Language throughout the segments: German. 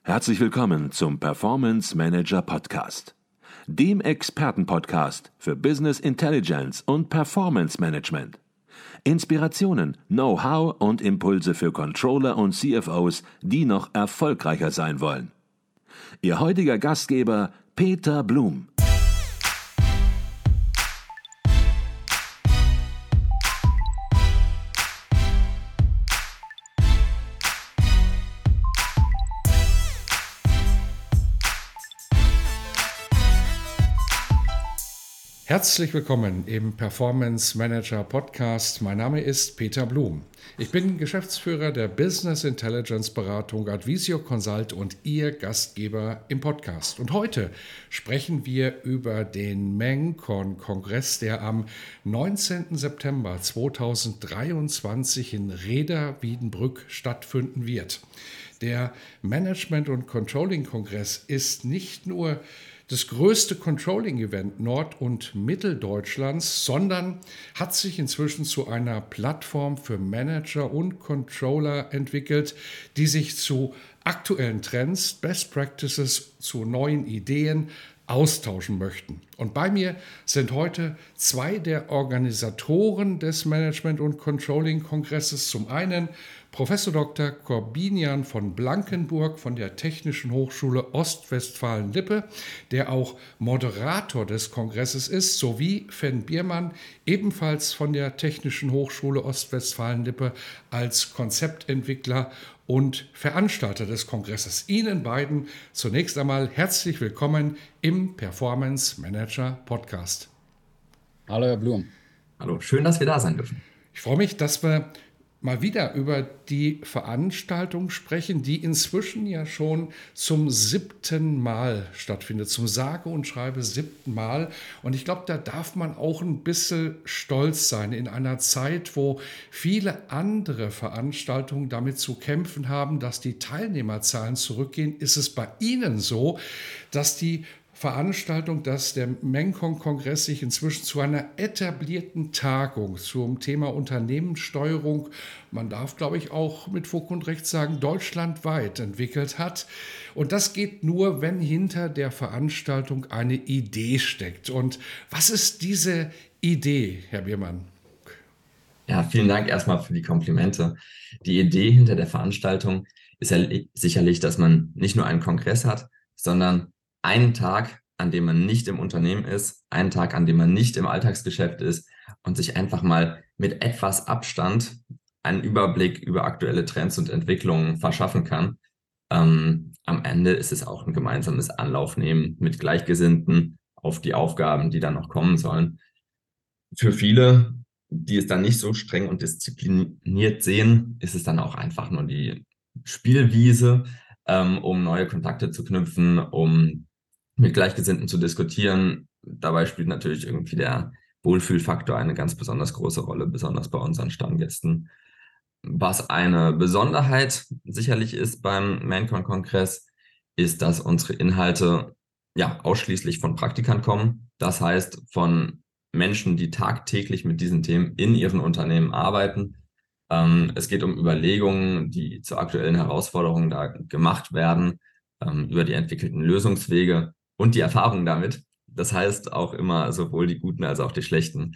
Herzlich willkommen zum Performance Manager Podcast, dem Expertenpodcast für Business Intelligence und Performance Management. Inspirationen, Know-how und Impulse für Controller und CFOs, die noch erfolgreicher sein wollen. Ihr heutiger Gastgeber Peter Blum. Herzlich willkommen im Performance Manager Podcast. Mein Name ist Peter Blum. Ich bin Geschäftsführer der Business Intelligence Beratung Advisio Consult und Ihr Gastgeber im Podcast. Und heute sprechen wir über den MENCON-Kongress, der am 19. September 2023 in Rheda-Wiedenbrück stattfinden wird. Der Management- und Controlling-Kongress ist nicht nur das größte Controlling-Event Nord- und Mitteldeutschlands, sondern hat sich inzwischen zu einer Plattform für Manager und Controller entwickelt, die sich zu aktuellen Trends, Best Practices, zu neuen Ideen austauschen möchten. Und bei mir sind heute zwei der Organisatoren des Management- und Controlling-Kongresses. Zum einen Professor Dr. Corbinian von Blankenburg von der Technischen Hochschule Ostwestfalen-Lippe, der auch Moderator des Kongresses ist, sowie Fen Biermann, ebenfalls von der Technischen Hochschule Ostwestfalen-Lippe als Konzeptentwickler und Veranstalter des Kongresses. Ihnen beiden zunächst einmal herzlich willkommen im Performance Manager Podcast. Hallo Herr Blum. Hallo, schön, dass wir da sein dürfen. Ich freue mich, dass wir mal wieder über die Veranstaltung sprechen, die inzwischen ja schon zum 7. Mal stattfindet, zum sage und schreibe 7. Mal. Und ich glaube, da darf man auch ein bisschen stolz sein in einer Zeit, wo viele andere Veranstaltungen damit zu kämpfen haben, dass die Teilnehmerzahlen zurückgehen. Ist es bei Ihnen so, dass die Veranstaltung, dass der MENCON-Kongress sich inzwischen zu einer etablierten Tagung zum Thema Unternehmenssteuerung, man darf, glaube ich, auch mit Fug und Recht sagen, deutschlandweit entwickelt hat. Und das geht nur, wenn hinter der Veranstaltung eine Idee steckt. Und was ist diese Idee, Herr Biermann? Ja, vielen Dank erstmal für die Komplimente. Die Idee hinter der Veranstaltung ist ja sicherlich, dass man nicht nur einen Kongress hat, sondern einen Tag, an dem man nicht im Unternehmen ist, einen Tag, an dem man nicht im Alltagsgeschäft ist und sich einfach mal mit etwas Abstand einen Überblick über aktuelle Trends und Entwicklungen verschaffen kann. Am Ende ist es auch ein gemeinsames Anlaufnehmen mit Gleichgesinnten auf die Aufgaben, die dann noch kommen sollen. Für viele, die es dann nicht so streng und diszipliniert sehen, ist es dann auch einfach nur die Spielwiese, um neue Kontakte zu knüpfen, um mit Gleichgesinnten zu diskutieren. Dabei spielt natürlich irgendwie der Wohlfühlfaktor eine ganz besonders große Rolle, besonders bei unseren Stammgästen. Was eine Besonderheit sicherlich ist beim MENCON-Kongress, ist, dass unsere Inhalte ja ausschließlich von Praktikern kommen. Das heißt, von Menschen, die tagtäglich mit diesen Themen in ihren Unternehmen arbeiten. Es geht um Überlegungen, die zu aktuellen Herausforderungen da gemacht werden, über die entwickelten Lösungswege und die Erfahrung damit. Das heißt auch immer sowohl die guten als auch die schlechten.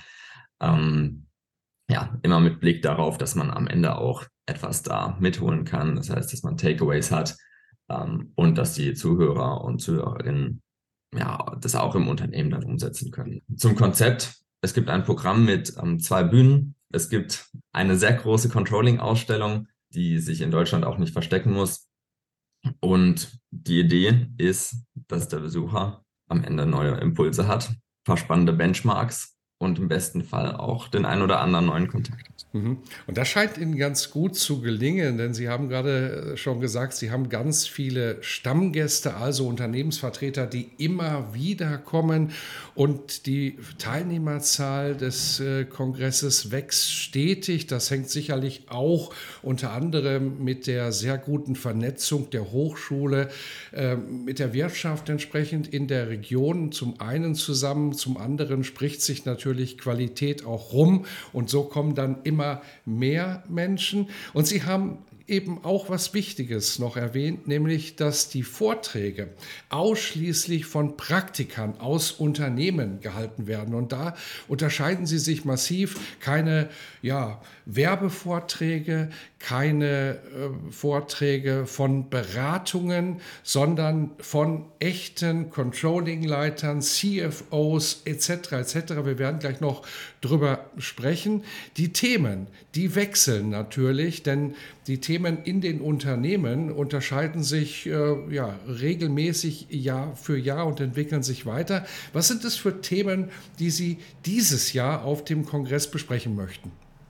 Immer mit Blick darauf, dass man am Ende auch etwas da mitholen kann. Das heißt, dass man Takeaways hat und dass die Zuhörer und Zuhörerinnen das auch im Unternehmen dann umsetzen können. Zum Konzept: Es gibt ein Programm mit 2 Bühnen. Es gibt eine sehr große Controlling-Ausstellung, die sich in Deutschland auch nicht verstecken muss. Und die Idee ist, dass der Besucher am Ende neue Impulse hat, ein paar spannende Benchmarks und im besten Fall auch den ein oder anderen neuen Kontakt. Und das scheint Ihnen ganz gut zu gelingen, denn Sie haben gerade schon gesagt, Sie haben ganz viele Stammgäste, also Unternehmensvertreter, die immer wieder kommen, und die Teilnehmerzahl des Kongresses wächst stetig. Das hängt sicherlich auch unter anderem mit der sehr guten Vernetzung der Hochschule mit der Wirtschaft entsprechend in der Region zum einen zusammen, zum anderen spricht sich natürlich Qualität auch rum, und so kommen dann immer mehr Menschen. Und Sie haben eben auch was Wichtiges noch erwähnt, nämlich, dass die Vorträge ausschließlich von Praktikern aus Unternehmen gehalten werden. Und da unterscheiden sie sich massiv. Keine Werbevorträge, keine Vorträge von Beratungen, sondern von echten Controlling-Leitern, CFOs etc. etc. Wir werden gleich noch drüber sprechen. Die Themen, die wechseln natürlich, denn die Themen in den Unternehmen unterscheiden sich regelmäßig Jahr für Jahr und entwickeln sich weiter. Was sind es für Themen, die Sie dieses Jahr auf dem Kongress besprechen möchten?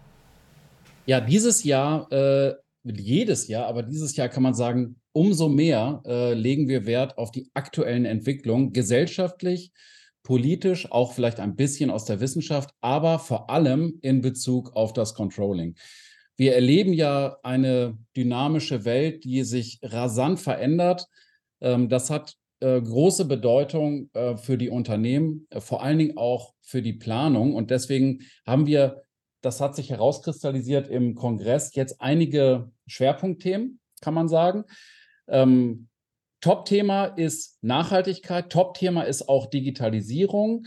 Ja, jedes Jahr, aber dieses Jahr kann man sagen, umso mehr legen wir Wert auf die aktuellen Entwicklungen, gesellschaftlich, politisch, auch vielleicht ein bisschen aus der Wissenschaft, aber vor allem in Bezug auf das Controlling. Wir erleben ja eine dynamische Welt, die sich rasant verändert. Das hat große Bedeutung für die Unternehmen, vor allen Dingen auch für die Planung. Und deswegen haben wir, das hat sich herauskristallisiert im Kongress, jetzt einige Schwerpunktthemen, kann man sagen. Top-Thema ist Nachhaltigkeit, Top-Thema ist auch Digitalisierung.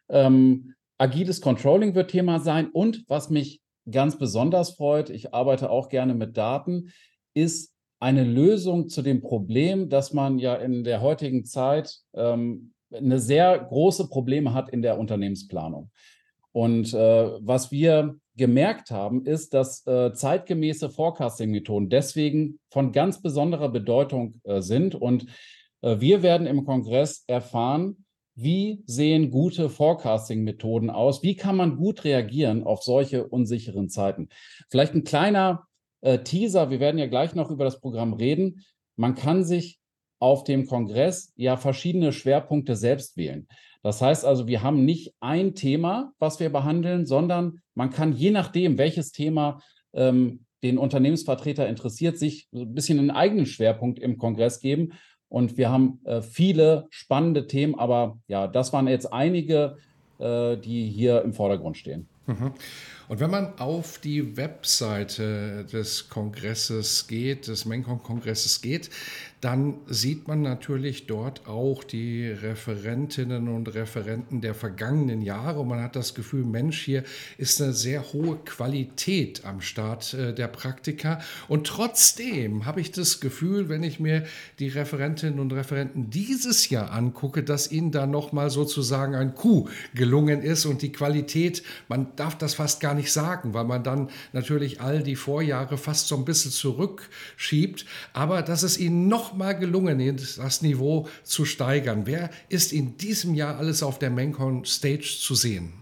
Agiles Controlling wird Thema sein. Und was mich ganz besonders freut, ich arbeite auch gerne mit Daten, ist eine Lösung zu dem Problem, dass man ja in der heutigen Zeit eine sehr große Probleme hat in der Unternehmensplanung. Und was wir gemerkt haben, ist, dass zeitgemäße Forecasting-Methoden deswegen von ganz besonderer Bedeutung sind. Und wir werden im Kongress erfahren, wie sehen gute Forecasting-Methoden aus? Wie kann man gut reagieren auf solche unsicheren Zeiten? Vielleicht ein kleiner Teaser, wir werden ja gleich noch über das Programm reden. Man kann sich auf dem Kongress ja verschiedene Schwerpunkte selbst wählen. Das heißt also, wir haben nicht ein Thema, was wir behandeln, sondern man kann je nachdem, welches Thema den Unternehmensvertreter interessiert, sich so ein bisschen einen eigenen Schwerpunkt im Kongress geben. Und wir haben viele spannende Themen, aber ja, das waren jetzt einige, die hier im Vordergrund stehen. Mhm. Und wenn man auf die Webseite des Kongresses geht, des MENCON-Kongresses geht, dann sieht man natürlich dort auch die Referentinnen und Referenten der vergangenen Jahre. Und man hat das Gefühl, Mensch, hier ist eine sehr hohe Qualität am Start der Praktika. Und trotzdem habe ich das Gefühl, wenn ich mir die Referentinnen und Referenten dieses Jahr angucke, dass ihnen da nochmal sozusagen ein Coup gelungen ist. Und die Qualität, man darf das fast gar nicht sagen, weil man dann natürlich all die Vorjahre fast so ein bisschen zurückschiebt. Aber dass es ihnen noch mal gelungen ist, das Niveau zu steigern. Wer ist in diesem Jahr alles auf der MENCON Stage zu sehen?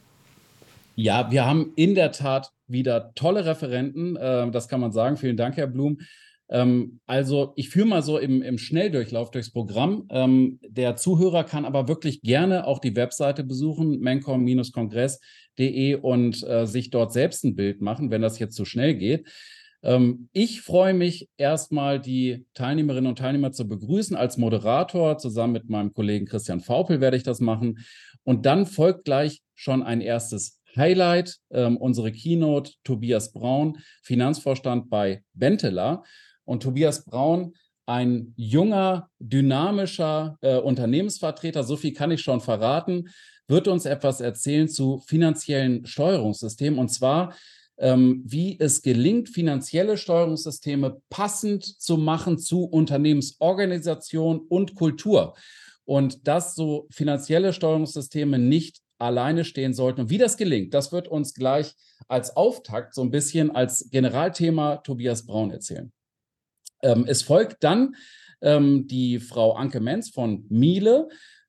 Ja, wir haben in der Tat wieder tolle Referenten, das kann man sagen. Vielen Dank, Herr Blum. Also ich führe mal so im Schnelldurchlauf durchs Programm. Der Zuhörer kann aber wirklich gerne auch die Webseite besuchen, mencon-kongress.de und sich dort selbst ein Bild machen, wenn das jetzt zu schnell geht. Ich freue mich erstmal, die Teilnehmerinnen und Teilnehmer zu begrüßen als Moderator. Zusammen mit meinem Kollegen Christian Vaupel werde ich das machen. Und dann folgt gleich schon ein erstes Highlight, unsere Keynote, Tobias Braun, Finanzvorstand bei Benteler. Und Tobias Braun, ein junger, dynamischer Unternehmensvertreter, so viel kann ich schon verraten, wird uns etwas erzählen zu finanziellen Steuerungssystemen, und zwar wie es gelingt, finanzielle Steuerungssysteme passend zu machen zu Unternehmensorganisation und Kultur. Und dass so finanzielle Steuerungssysteme nicht alleine stehen sollten. Und wie das gelingt, das wird uns gleich als Auftakt so ein bisschen als Generalthema Tobias Braun erzählen. Es folgt dann die Frau Anke Menz von Miele.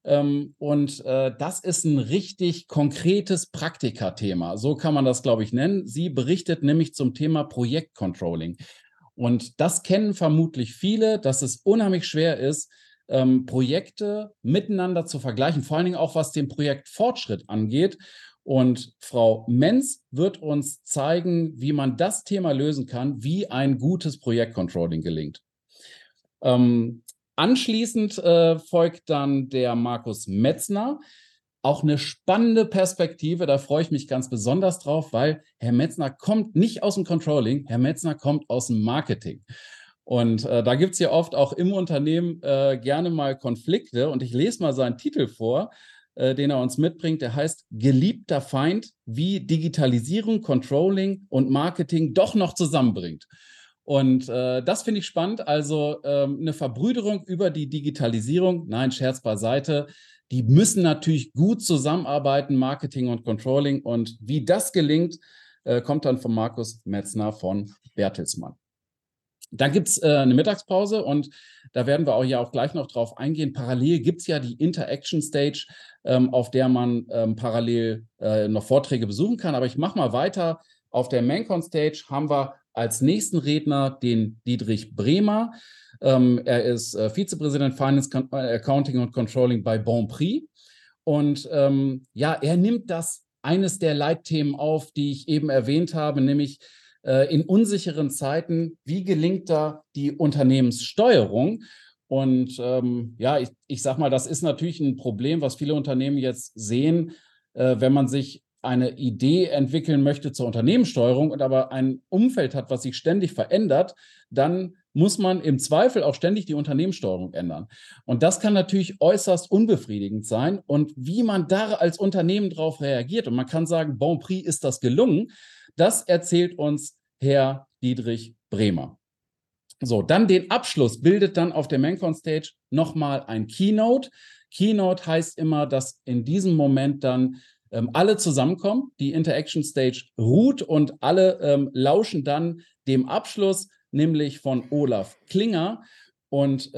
Das ist ein richtig konkretes Praktikathema. So kann man das, glaube ich, nennen. Sie berichtet nämlich zum Thema Projektcontrolling. Und das kennen vermutlich viele, dass es unheimlich schwer ist, Projekte miteinander zu vergleichen, vor allen Dingen auch was den Projektfortschritt angeht. Und Frau Menz wird uns zeigen, wie man das Thema lösen kann, wie ein gutes Projektcontrolling gelingt. Anschließend folgt dann der Markus Metzner. auch eine spannende Perspektive, da freue ich mich ganz besonders drauf, weil Herr Metzner kommt nicht aus dem Controlling, Herr Metzner kommt aus dem Marketing. Und da gibt es ja oft auch im Unternehmen gerne mal Konflikte. Und ich lese mal seinen Titel vor, den er uns mitbringt. Der heißt Geliebter Feind, wie Digitalisierung, Controlling und Marketing doch noch zusammenbringt. Und das finde ich spannend. Also eine Verbrüderung über die Digitalisierung. Nein, Scherz beiseite. Die müssen natürlich gut zusammenarbeiten, Marketing und Controlling. Und wie das gelingt, kommt dann von Markus Metzner von Bertelsmann. Dann gibt es eine Mittagspause und da werden wir auch gleich noch drauf eingehen. Parallel gibt es ja die Interaction Stage, auf der man parallel noch Vorträge besuchen kann. Aber ich mache mal weiter. Auf der Maincon Stage haben wir als nächsten Redner den Dietrich Bremer. Er ist Vizepräsident Finance, Accounting und Controlling bei Bonprix. Und er nimmt eines der Leitthemen auf, die ich eben erwähnt habe, nämlich in unsicheren Zeiten, wie gelingt da die Unternehmenssteuerung? Und ich sage mal, das ist natürlich ein Problem, was viele Unternehmen jetzt sehen, wenn man sich eine Idee entwickeln möchte zur Unternehmenssteuerung und aber ein Umfeld hat, was sich ständig verändert, dann muss man im Zweifel auch ständig die Unternehmenssteuerung ändern. Und das kann natürlich äußerst unbefriedigend sein. Und wie man da als Unternehmen darauf reagiert, und man kann sagen, Bonprix ist das gelungen, das erzählt uns Herr Dietrich Bremer. So, dann den Abschluss bildet dann auf der Maincon Stage nochmal ein Keynote. Keynote heißt immer, dass in diesem Moment dann alle zusammenkommen, die Interaction Stage ruht und alle lauschen dann dem Abschluss, nämlich von Olaf Klinger. Und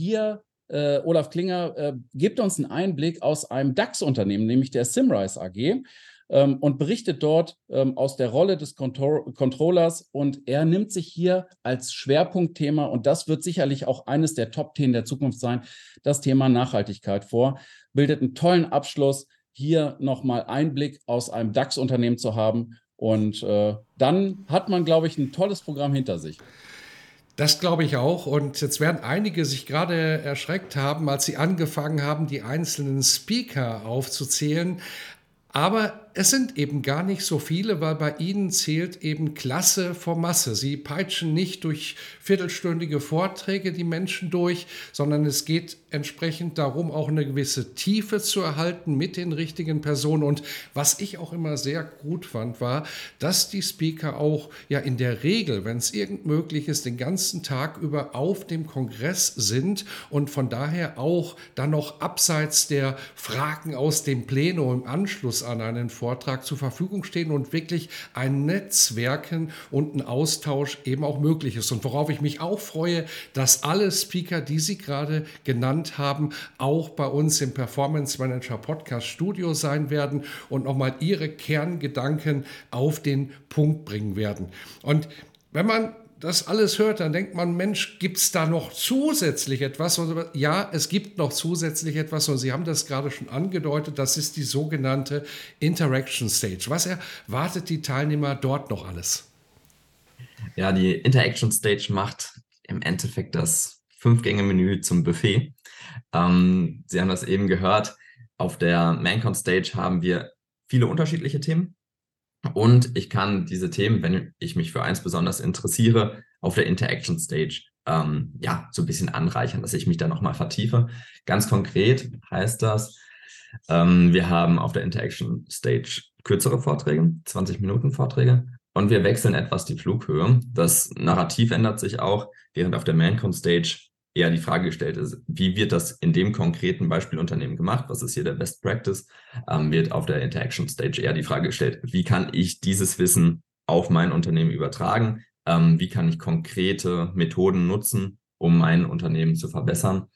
Olaf Klinger gibt uns einen Einblick aus einem DAX-Unternehmen, nämlich der Symrise AG. Und berichtet dort aus der Rolle des Controllers und er nimmt sich hier als Schwerpunktthema, und das wird sicherlich auch eines der Top-Themen der Zukunft sein, das Thema Nachhaltigkeit vor, bildet einen tollen Abschluss, hier nochmal Einblick aus einem DAX-Unternehmen zu haben und dann hat man, glaube ich, ein tolles Programm hinter sich. Das glaube ich auch. Und jetzt werden einige sich gerade erschreckt haben, als sie angefangen haben, die einzelnen Speaker aufzuzählen. Aber es sind eben gar nicht so viele, weil bei ihnen zählt eben Klasse vor Masse. Sie peitschen nicht durch viertelstündige Vorträge die Menschen durch, sondern es geht entsprechend darum, auch eine gewisse Tiefe zu erhalten mit den richtigen Personen. Und was ich auch immer sehr gut fand, war, dass die Speaker auch ja in der Regel, wenn es irgend möglich ist, den ganzen Tag über auf dem Kongress sind und von daher auch dann noch abseits der Fragen aus dem Plenum im Anschluss an einen Vortrag zur Verfügung stehen und wirklich ein Netzwerken und ein Austausch eben auch möglich ist. Und worauf ich mich auch freue, dass alle Speaker, die Sie gerade genannt haben, auch bei uns im Performance Manager Podcast Studio sein werden und nochmal ihre Kerngedanken auf den Punkt bringen werden. Und wenn man das alles hört, dann denkt man, Mensch, gibt es da noch zusätzlich etwas? Und ja, es gibt noch zusätzlich etwas und Sie haben das gerade schon angedeutet, das ist die sogenannte Interaction Stage. Was erwartet die Teilnehmer dort noch alles? Ja, die Interaction Stage macht im Endeffekt das 5-Gänge-Menü zum Buffet. Sie haben das eben gehört, auf der Maincon Stage haben wir viele unterschiedliche Themen. Und ich kann diese Themen, wenn ich mich für eins besonders interessiere, auf der Interaction Stage so ein bisschen anreichern, dass ich mich da nochmal vertiefe. Ganz konkret heißt das, wir haben auf der Interaction Stage kürzere Vorträge, 20-Minuten-Vorträge, und wir wechseln etwas die Flughöhe. Das Narrativ ändert sich auch, während auf der Maincon Stage eher die Frage gestellt ist, wie wird das in dem konkreten Beispielunternehmen gemacht? Was ist hier der Best Practice? Wird auf der Interaction Stage eher die Frage gestellt, wie kann ich dieses Wissen auf mein Unternehmen übertragen? Wie kann ich konkrete Methoden nutzen, um mein Unternehmen zu verbessern?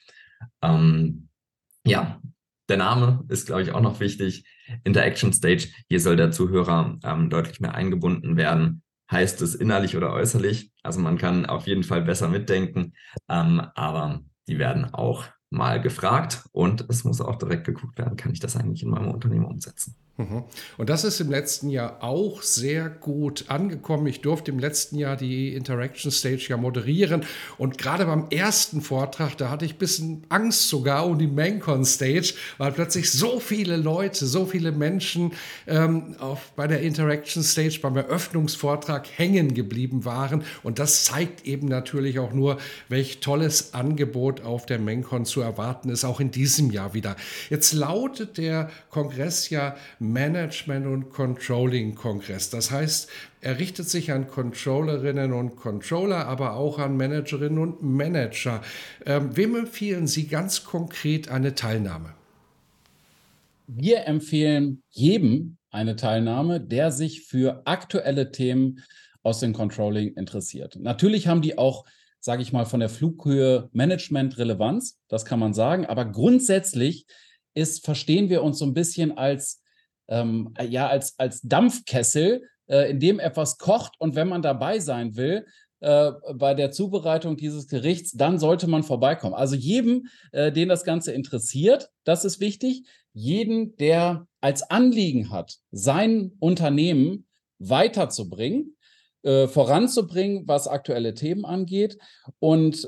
Der Name ist, glaube ich, auch noch wichtig. Interaction Stage, hier soll der Zuhörer deutlich mehr eingebunden werden. Heißt es innerlich oder äußerlich? Also man kann auf jeden Fall besser mitdenken, aber die werden auch mal gefragt und es muss auch direkt geguckt werden, kann ich das eigentlich in meinem Unternehmen umsetzen? Und das ist im letzten Jahr auch sehr gut angekommen. Ich durfte im letzten Jahr die Interaction Stage ja moderieren und gerade beim ersten Vortrag, da hatte ich ein bisschen Angst sogar um die MainCon Stage, weil plötzlich so viele Leute, so viele Menschen bei der Interaction Stage beim Eröffnungsvortrag hängen geblieben waren und das zeigt eben natürlich auch nur, welch tolles Angebot auf der MainCon zu erwarten ist, auch in diesem Jahr wieder. Jetzt lautet der Kongress ja Management- und Controlling-Kongress. Das heißt, er richtet sich an Controllerinnen und Controller, aber auch an Managerinnen und Manager. Wem empfehlen Sie ganz konkret eine Teilnahme? Wir empfehlen jedem eine Teilnahme, der sich für aktuelle Themen aus dem Controlling interessiert. Natürlich haben die auch, sage ich mal, von der Flughöhe Management-Relevanz, das kann man sagen, aber grundsätzlich verstehen wir uns so ein bisschen als Dampfkessel, in dem etwas kocht und wenn man dabei sein will, bei der Zubereitung dieses Gerichts, dann sollte man vorbeikommen. Also jedem, den das Ganze interessiert, das ist wichtig, jeden, der als Anliegen hat, sein Unternehmen weiterzubringen, voranzubringen, was aktuelle Themen angeht und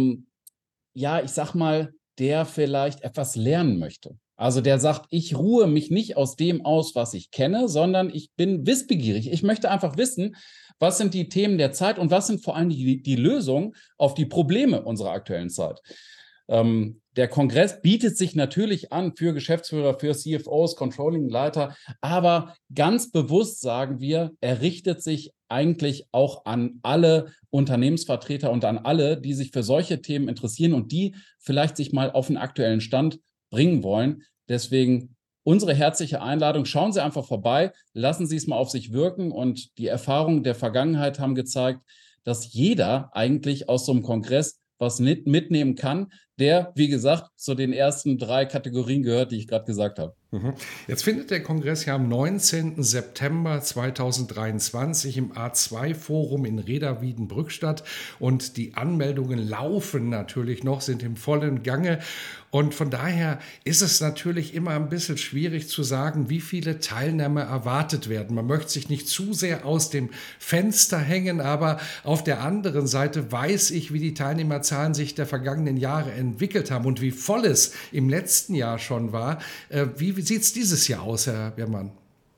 ich sag mal, der vielleicht etwas lernen möchte. Also der sagt, ich ruhe mich nicht aus dem aus, was ich kenne, sondern ich bin wissbegierig. Ich möchte einfach wissen, was sind die Themen der Zeit und was sind vor allem die Lösungen auf die Probleme unserer aktuellen Zeit. Der Kongress bietet sich natürlich an für Geschäftsführer, für CFOs, Controlling-Leiter, aber ganz bewusst sagen wir, er richtet sich eigentlich auch an alle Unternehmensvertreter und an alle, die sich für solche Themen interessieren und die vielleicht sich mal auf den aktuellen Stand bringen wollen. Deswegen unsere herzliche Einladung. Schauen Sie einfach vorbei, lassen Sie es mal auf sich wirken und die Erfahrungen der Vergangenheit haben gezeigt, dass jeder eigentlich aus so einem Kongress was mitnehmen kann, der, wie gesagt, zu den ersten 3 Kategorien gehört, die ich gerade gesagt habe. Jetzt findet der Kongress ja am 19. September 2023 im A2-Forum in Reda-Wiedenbrück statt und die Anmeldungen laufen natürlich noch, sind im vollen Gange und von daher ist es natürlich immer ein bisschen schwierig zu sagen, wie viele Teilnehmer erwartet werden. Man möchte sich nicht zu sehr aus dem Fenster hängen, aber auf der anderen Seite weiß ich, wie die Teilnehmerzahlen sich der vergangenen Jahre entwickelt haben und wie voll es im letzten Jahr schon war. Wie sieht es dieses Jahr aus, Herr Biermann?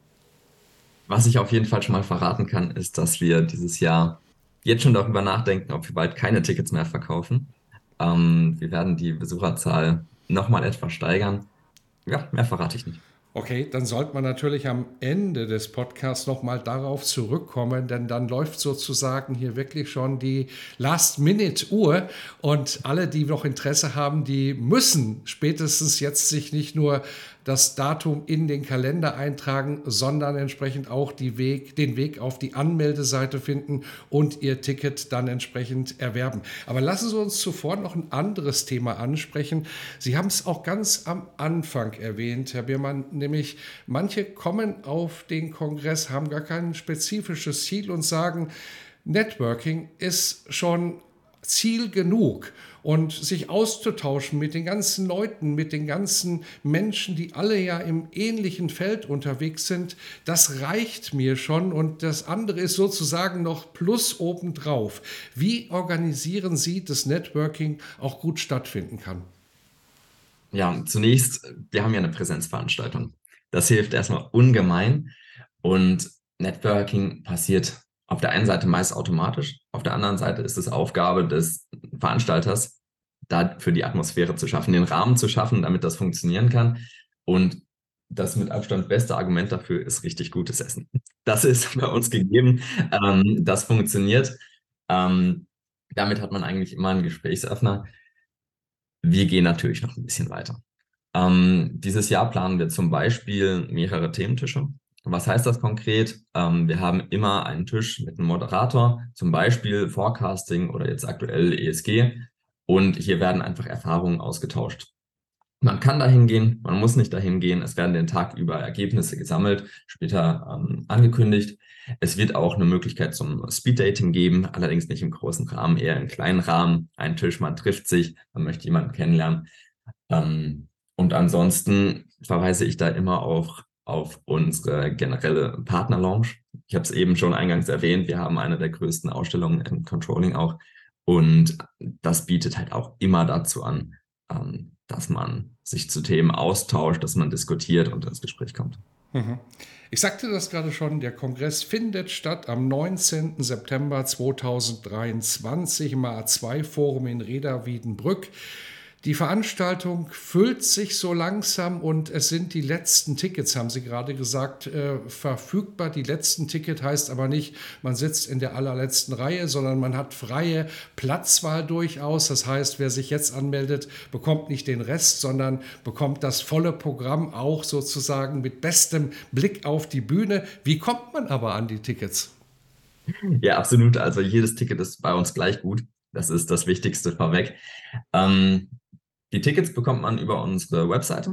Was ich auf jeden Fall schon mal verraten kann, ist, dass wir dieses Jahr jetzt schon darüber nachdenken, ob wir bald keine Tickets mehr verkaufen. Wir werden die Besucherzahl nochmal etwas steigern. Ja, mehr verrate ich nicht. Okay, dann sollte man natürlich am Ende des Podcasts nochmal darauf zurückkommen, denn dann läuft sozusagen hier wirklich schon die Last-Minute-Uhr und alle, die noch Interesse haben, die müssen spätestens jetzt sich nicht nur das Datum in den Kalender eintragen, sondern entsprechend auch den Weg auf die Anmeldeseite finden und ihr Ticket dann entsprechend erwerben. Aber lassen Sie uns zuvor noch ein anderes Thema ansprechen. Sie haben es auch ganz am Anfang erwähnt, Herr Biermann, nämlich manche kommen auf den Kongress, haben gar kein spezifisches Ziel und sagen, Networking ist schon Ziel genug und sich auszutauschen mit den ganzen Leuten, mit den ganzen Menschen, die alle ja im ähnlichen Feld unterwegs sind, das reicht mir schon und das andere ist sozusagen noch Plus obendrauf. Wie organisieren Sie, dass Networking auch gut stattfinden kann? Ja, zunächst, wir haben ja eine Präsenzveranstaltung. Das hilft erstmal ungemein und Networking passiert auf der einen Seite meist automatisch, auf der anderen Seite ist es Aufgabe des Veranstalters, dafür die Atmosphäre zu schaffen, den Rahmen zu schaffen, damit das funktionieren kann. Und das mit Abstand beste Argument dafür ist richtig gutes Essen. Das ist bei uns gegeben, das funktioniert. Damit hat man eigentlich immer einen Gesprächsöffner. Wir gehen natürlich noch ein bisschen weiter. Dieses Jahr planen wir zum Beispiel mehrere Thementische. Was heißt das konkret? Wir haben immer einen Tisch mit einem Moderator, zum Beispiel Forecasting oder jetzt aktuell ESG. Und hier werden einfach Erfahrungen ausgetauscht. Man kann dahin gehen, man muss nicht dahin gehen. Es werden den Tag über Ergebnisse gesammelt, später angekündigt. Es wird auch eine Möglichkeit zum Speeddating geben, allerdings nicht im großen Rahmen, eher im kleinen Rahmen. Ein Tisch, man trifft sich, man möchte jemanden kennenlernen. Und ansonsten verweise ich da immer auf unsere generelle Partner-Lounge. Ich habe es eben schon eingangs erwähnt, wir haben eine der größten Ausstellungen im Controlling auch. Und das bietet halt auch immer dazu an, dass man sich zu Themen austauscht, dass man diskutiert und ins Gespräch kommt. Ich sagte das gerade schon, der Kongress findet statt am 19. September 2023 im A2-Forum in Reda-Wiedenbrück. Die Veranstaltung füllt sich so langsam und es sind die letzten Tickets, haben Sie gerade gesagt, verfügbar. Die letzten Ticket heißt aber nicht, man sitzt in der allerletzten Reihe, sondern man hat freie Platzwahl durchaus. Das heißt, wer sich jetzt anmeldet, bekommt nicht den Rest, sondern bekommt das volle Programm auch sozusagen mit bestem Blick auf die Bühne. Wie kommt man aber an die Tickets? Ja, absolut. Also jedes Ticket ist bei uns gleich gut. Das ist das Wichtigste vorweg. Die Tickets bekommt man über unsere Webseite,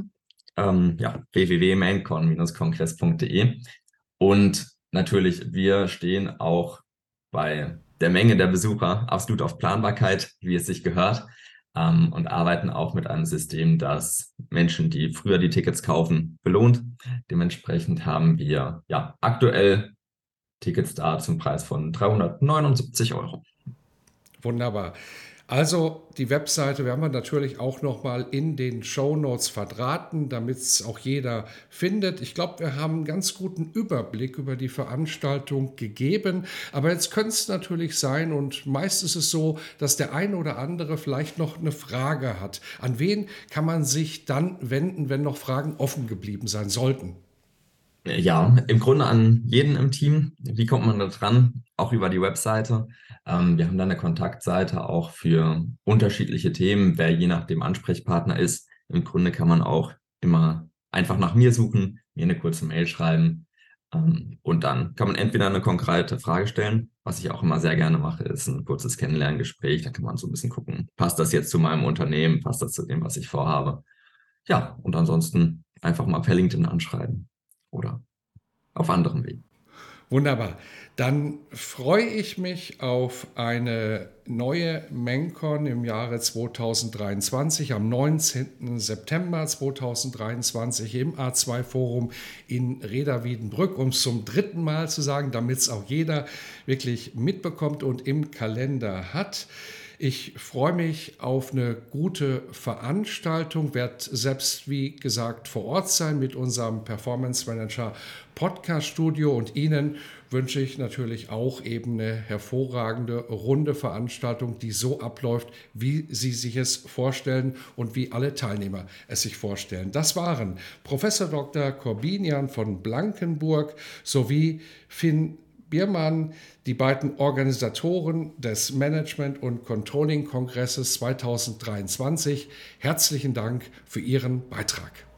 www.maincon-kongress.de. Und natürlich, wir stehen auch bei der Menge der Besucher absolut auf Planbarkeit, wie es sich gehört, und arbeiten auch mit einem System, das Menschen, die früher die Tickets kaufen, belohnt. Dementsprechend haben wir aktuell Tickets da zum Preis von 379 €. Wunderbar. Also die Webseite werden wir natürlich auch nochmal in den Shownotes verdrahten, damit es auch jeder findet. Ich glaube, wir haben einen ganz guten Überblick über die Veranstaltung gegeben. Aber jetzt könnte es natürlich sein, und meist ist es so, dass der eine oder andere vielleicht noch eine Frage hat. An wen kann man sich dann wenden, wenn noch Fragen offen geblieben sein sollten? Ja, im Grunde an jeden im Team. Wie kommt man da dran? Auch über die Webseite. Wir haben da eine Kontaktseite auch für unterschiedliche Themen, wer je nach dem Ansprechpartner ist. Im Grunde kann man auch immer einfach nach mir suchen, mir eine kurze Mail schreiben und dann kann man entweder eine konkrete Frage stellen, was ich auch immer sehr gerne mache, ist ein kurzes Kennenlerngespräch. Da kann man so ein bisschen gucken, passt das jetzt zu meinem Unternehmen, passt das zu dem, was ich vorhabe. Ja, und ansonsten einfach mal per LinkedIn anschreiben oder auf anderen Wegen. Wunderbar. Dann freue ich mich auf eine neue MenCon im Jahre 2023, am 19. September 2023 im A2-Forum in Reda-Wiedenbrück, um es zum dritten Mal zu sagen, damit es auch jeder wirklich mitbekommt und im Kalender hat. Ich freue mich auf eine gute Veranstaltung, werde selbst, wie gesagt, vor Ort sein mit unserem Performance Manager Podcast Studio, und Ihnen wünsche ich natürlich auch eben eine hervorragende, runde Veranstaltung, die so abläuft, wie Sie sich es vorstellen und wie alle Teilnehmer es sich vorstellen. Das waren Professor Dr. Corbinian von Blankenburg sowie Finn Biermann, die beiden Organisatoren des Management- und Controlling-Kongresses 2023. Herzlichen Dank für Ihren Beitrag.